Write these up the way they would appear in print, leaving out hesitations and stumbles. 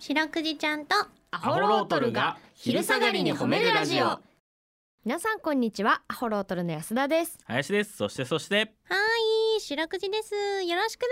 白くじちゃんとアホロートルが昼下がりに褒めるラジオ。 皆さんこんにちは。アホロートルの安田です。 林です。そしてはい白くじです。よろしくです。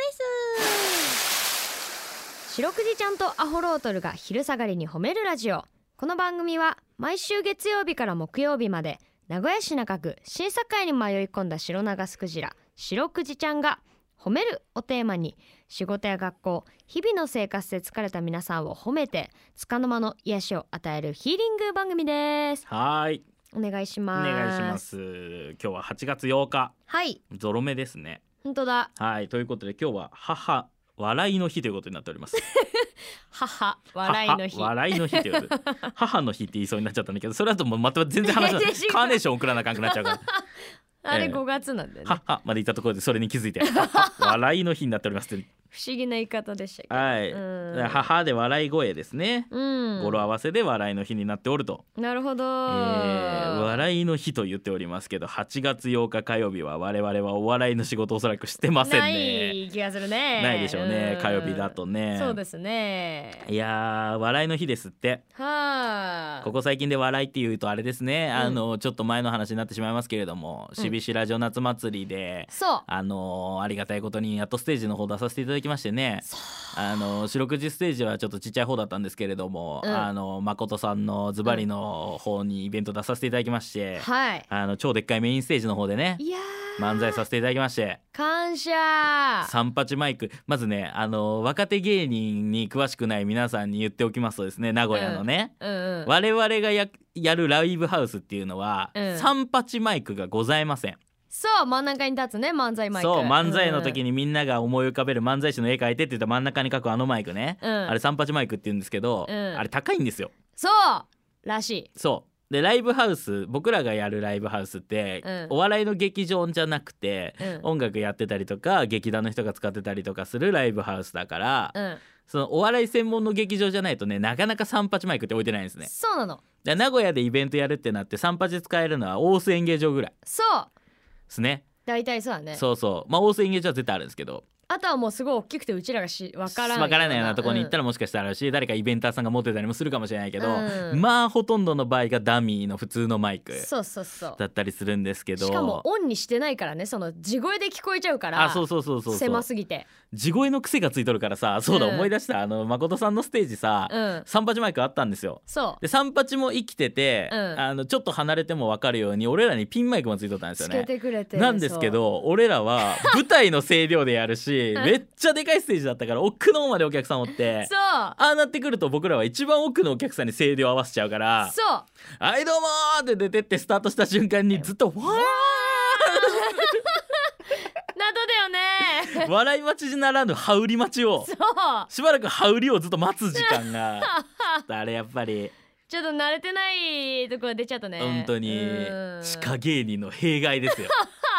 白くじちゃんとアホロートルが昼下がりに褒めるラジオ。この番組は毎週月曜日から木曜日まで名古屋市中区審査会に迷い込んだ白長スクジラ白くじちゃんが褒めるをテーマに仕事や学校日々の生活で疲れた皆さんを褒めて束の間の癒しを与えるヒーリング番組です。 はい、 お願いします。 お願いします。今日は8月8日、 はい、 ゾロ目ですね。 本当だ。 はい、ということで今日は母笑いの日ということになっております母笑いの日、 笑いの日ということで母の日って言いそうになっちゃったんだけど、それだともうまた全然話がカーネーション送らなあかんくなっちゃうからあれ5月なんだよね。 はっはまで言ったところでそれに気づいて笑いの日になっております不思議な言い方でしたけど、 はい、母で笑い声ですね、語呂合わせで笑いの日になっておると。 なるほど、 笑いの日と言っておりますけど、8月8日火曜日は我々はお笑いの仕事おそらくしてませんね。 ない気がするね。 ないでしょうね、火曜日だとね。 そうですね。 いや笑いの日ですって。 はあ、 ここ最近で笑いっていうとあれですね、ちょっと前の話になってしまいますけれども、しびしラジオ夏祭りで、 そうありがたいことにやっとステージの方出させていただきましてね。四六時ステージはちょっとちっちゃい方だったんですけれども、誠さんのズバリの方にイベント出させていただきまして、 はい、 超でっかいメインステージの方でね、 いや漫才させていただきまして、 感謝。 38マイク、まずね若手芸人に詳しくない皆さんに言っておきますとですね、名古屋のね、我々がやるライブハウスっていうのは、38マイクがございません。 そう真ん中に立つね漫才マイク。 そう漫才の時にみんなが思い浮かべる漫才師の絵描いてって言ったら真ん中に描くあのマイクね、あれ38マイクって言うんですけど、あれ高いんですよ。 そうらしい。 そうでライブハウス、僕らがやるライブハウスって、お笑いの劇場じゃなくて、音楽やってたりとか劇団の人が使ってたりとかするライブハウスだから、そのお笑い専門の劇場じゃないとね、なかなか38マイクって置いてないんですね。 そうなの。 で名古屋でイベントやるってなって38使えるのは大須演芸場ぐらいそうですね。 大体そうだね。 そうそう、大須演芸場は絶対あるんですけど、 あとはもうすごい大きくてうちらがわからないようなところに行ったらもしかしたらあるし、誰かイベンターさんが持ってたりもするかもしれないけど、まあほとんどの場合がダミーの普通のマイクだったりするんですけど、 しかもオンにしてないからね、その地声で聞こえちゃうから。そう狭すぎて地声の癖がついとるからさ。そうだ、思い出した。誠さんのステージさ、38マイクあったんですよ。 そうで38も生きてて、ちょっと離れても分かるように俺らにピンマイクもついとったんですよね。 つけてくれて。 なんですけど俺らは舞台の声量でやるしめっちゃでかいステージだったから奥の方までお客さんおって、 そうああなってくると僕らは一番奥のお客さんに声量合わせちゃうから、 そうはいどうもーって出てってスタートした瞬間にずっとわーなどだよね笑い待ちならぬ羽売り待ちを、しばらく羽売りをずっと待つ時間があれやっぱりちょっと慣れてないところ出ちゃったね。 本当に地下芸人の弊害ですよ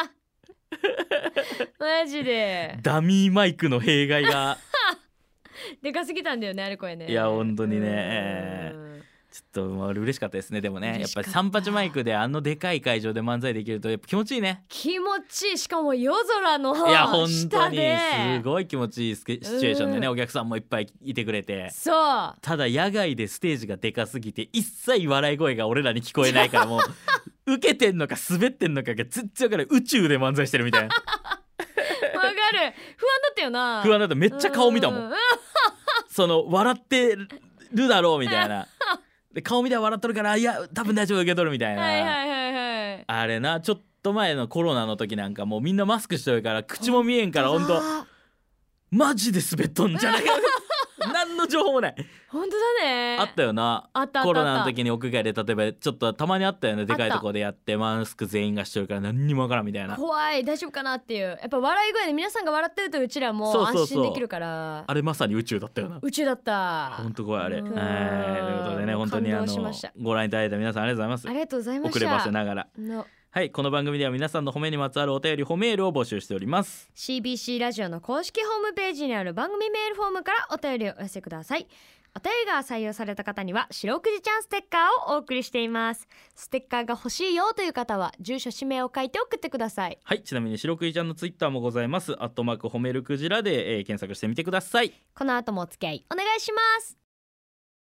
マジでダミーマイクの弊害がでかすぎたんだよね、あれ声ね。 いや本当にね、ちょっと嬉しかったですね。でもねやっぱり38マイクででかい会場で漫才できるとやっぱ気持ちいいね。 気持ちいい。しかも夜空のいや本当にすごい気持ちいいシチュエーションでね、お客さんもいっぱいいてくれて。 そうただ野外でステージがでかすぎて一切笑い声が俺らに聞こえないからもう受けてんのか滑ってんのかが全然分からない。宇宙で漫才してるみたいなわかる。不安だったよな。 不安だった。めっちゃ顔見たもんその笑ってるだろうみたいなで顔見ては笑っとるから、いや多分大丈夫受け取るみたいな、あれな、ちょっと前のコロナの時なんかもうみんなマスクしてるから口も見えんから、ほんとマジで滑っとんじゃないか何の情報もない。 本当だね。 あったよな。 あったコロナの時に屋外で例えばちょっとたまにあったよね。でかいとこでやってマスク全員がしてるから何にもわからんみたいな。 怖い、大丈夫かなっていう。やっぱ笑い声で皆さんが笑ってるとうちらも安心できるから。 あれまさに宇宙だったよな。 宇宙だった。 本当怖いあれ。ということでね、本当にご覧いただいた皆さんありがとうございます。 ありがとうございました。 遅ればせながらはい、この番組では皆さんの褒めにまつわるお便り褒めールを募集しております。 CBC ラジオの公式ホームページにある番組メールフォームからお便りをお寄せください。お便りが採用された方には白くじちゃんステッカーをお送りしています。ステッカーが欲しいよという方は住所氏名を書いて送ってください。 はい、ちなみに白くじちゃんのツイッターもございます。@褒めるクジラで、検索してみてください。 この後もお付き合いお願いします。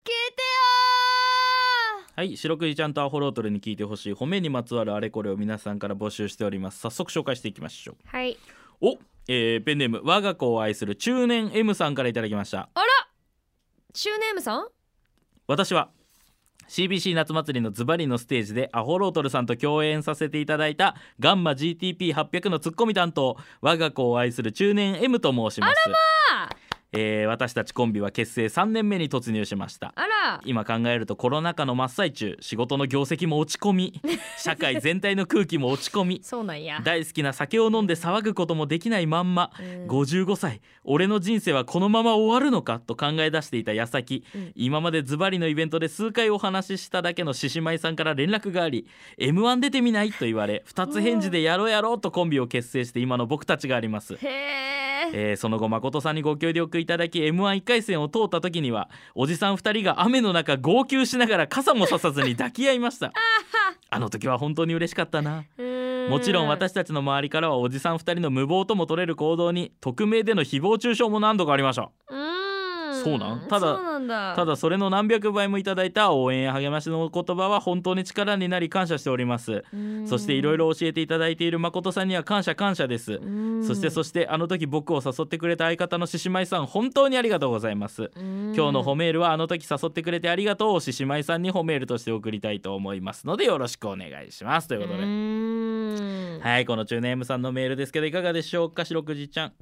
聞いてよはい、白くじちゃんとアホロートルに聞いてほしい褒めにまつわるあれこれを皆さんから募集しております。早速紹介していきましょう。 はい。 ペンネーム我が子を愛する中年 M さんからいただきました。 あら、中年 M さん。 私は CBC 夏祭りのズバリのステージでアホロートルさんと共演させていただいたガンマ GTP800 のツッコミ担当、我が子を愛する中年 M と申します。 あらまあ、 私たちコンビは結成3年目に突入しました。 あら、 今考えるとコロナ禍の真っ最中、仕事の業績も落ち込み社会全体の空気も落ち込みそうなんや。 大好きな酒を飲んで騒ぐこともできないまんま、55歳俺の人生はこのまま終わるのかと考え出していた矢先、今までズバリのイベントで数回お話ししただけの獅子舞さんから連絡があり M1 出てみないと言われ、2つ返事でやろうとコンビを結成して今の僕たちがあります。その後誠さんにご協力いただき M1 1回戦を通った時にはおじさん2人が雨の中号泣しながら傘もささずに抱き合いましたあの時は本当に嬉しかったな。もちろん私たちの周りからはおじさん2人の無謀とも取れる行動に匿名での誹謗中傷も何度かありました。そうなんただそれの何百倍もいただいた応援や励ましの言葉は本当に力になり感謝しております。そしていろいろ教えていただいている誠さんには感謝です。そしてあの時僕を誘ってくれた相方の獅子舞さん、本当にありがとうございます。今日の褒めールはあの時誘ってくれてありがとうを獅子舞さんに褒めールとして送りたいと思いますのでよろしくお願いしますということで、はい、この中年 M さんのメールですけどいかがでしょうか。白くじちゃん、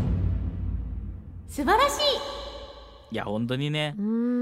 素晴らしい。 いや本当にね、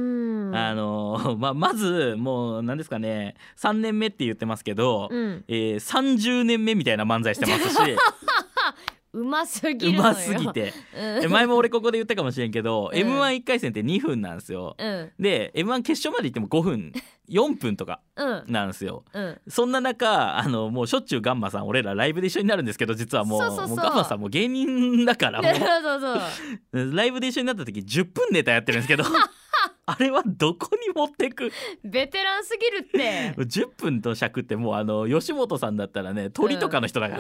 まずもう何ですかね、3年目って言ってますけど、30年目みたいな漫才してますしうますぎるのよ。 うますぎて、前も俺ここで言ったかもしれんけど、M11 回戦って2分なんですよ、で M1 決勝まで行っても5分4分とかなんですよ、そんな中もうしょっちゅうガンマさん俺らライブで一緒になるんですけど、実はもうガンマさんも芸人だからもうライブで一緒になった時10分ネタやってるんですけどあれはどこに持ってくベテランすぎるって 10分と尺ってもう吉本さんだったらね鳥とかの人だから、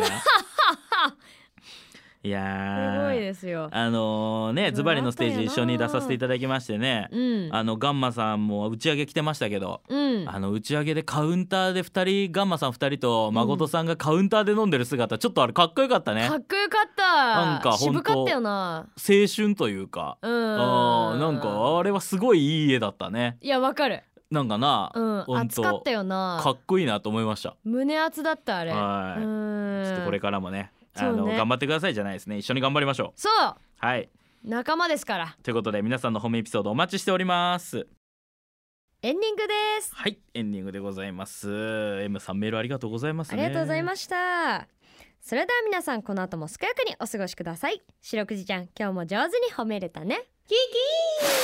いやすごいですよ。 ズバリのステージ一緒に出させていただきましてね、ガンマさんも打ち上げ来てましたけど、打ち上げでカウンターで2人ガンマさん2人と誠さんがカウンターで飲んでる姿、ちょっとあれかっこよかったね。 かっこよかった。 なんか渋かったよな。 青春というか、なんかあれはすごいいい絵だったね。 いやわかる。 なんかな、 熱かったよな。 かっこいいなと思いました。 胸熱だったあれ。 ちょっとこれからもね頑張ってくださいじゃないですね、一緒に頑張りましょう。 そう、 はい、 仲間ですから。 ということで皆さんの褒めエピソードお待ちしております。 エンディングです。 はい、エンディングでございます。 M さんメールありがとうございますね。 ありがとうございました。それでは皆さんこの後も健やかにお過ごしください。白くじちゃん今日も上手に褒めれたね。キキー